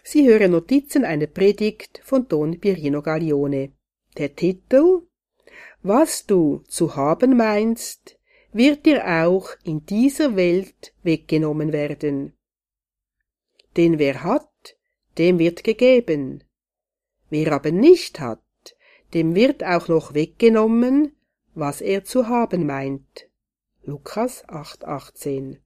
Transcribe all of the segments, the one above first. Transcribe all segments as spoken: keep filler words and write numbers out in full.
Sie hören Notizen einer Predigt von Don Pierino Gaglione. Der Titel: Was du zu haben meinst, wird dir auch in dieser Welt weggenommen werden. Denn wer hat, dem wird gegeben. Wer aber nicht hat, dem wird auch noch weggenommen, was er zu haben meint. Lukas acht achtzehn.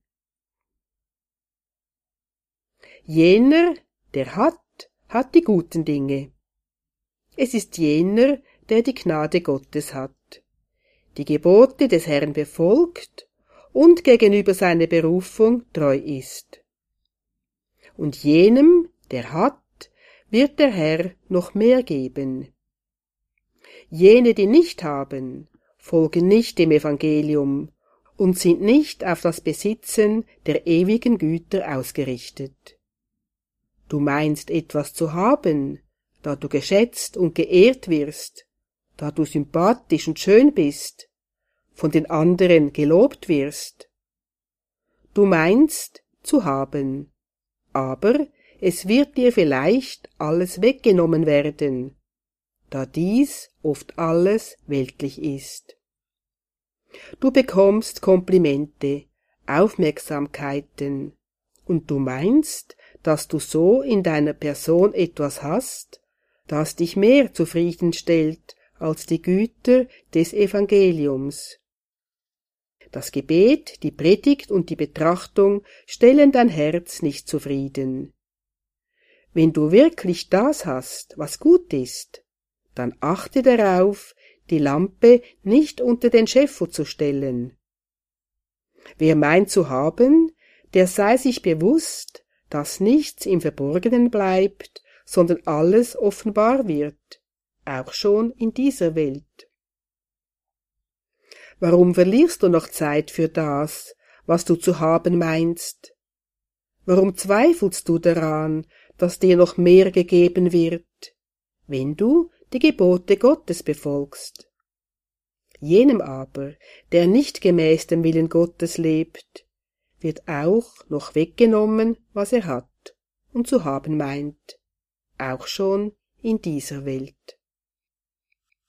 Jener, der hat, hat die guten Dinge. Es ist jener, der die Gnade Gottes hat, die Gebote des Herrn befolgt und gegenüber seiner Berufung treu ist. Und jenem, der hat, wird der Herr noch mehr geben. Jene, die nicht haben, folgen nicht dem Evangelium und sind nicht auf das Besitzen der ewigen Güter ausgerichtet. Du meinst etwas zu haben, da du geschätzt und geehrt wirst, da du sympathisch und schön bist, von den anderen gelobt wirst. Du meinst zu haben, aber es wird dir vielleicht alles weggenommen werden, da dies oft alles weltlich ist. Du bekommst Komplimente, Aufmerksamkeiten, und du meinst, dass du so in deiner Person etwas hast, das dich mehr zufriedenstellt als die Güter des Evangeliums. Das Gebet, die Predigt und die Betrachtung stellen dein Herz nicht zufrieden. Wenn du wirklich das hast, was gut ist, dann achte darauf, die Lampe nicht unter den Scheffel zu stellen. Wer meint zu haben, der sei sich bewusst, dass nichts im Verborgenen bleibt, sondern alles offenbar wird, auch schon in dieser Welt. Warum verlierst du noch Zeit für das, was du zu haben meinst? Warum zweifelst du daran, dass dir noch mehr gegeben wird, wenn du die Gebote Gottes befolgst? Jenem aber, der nicht gemäß dem Willen Gottes lebt, wird auch noch weggenommen, was er hat und zu haben meint, auch schon in dieser Welt.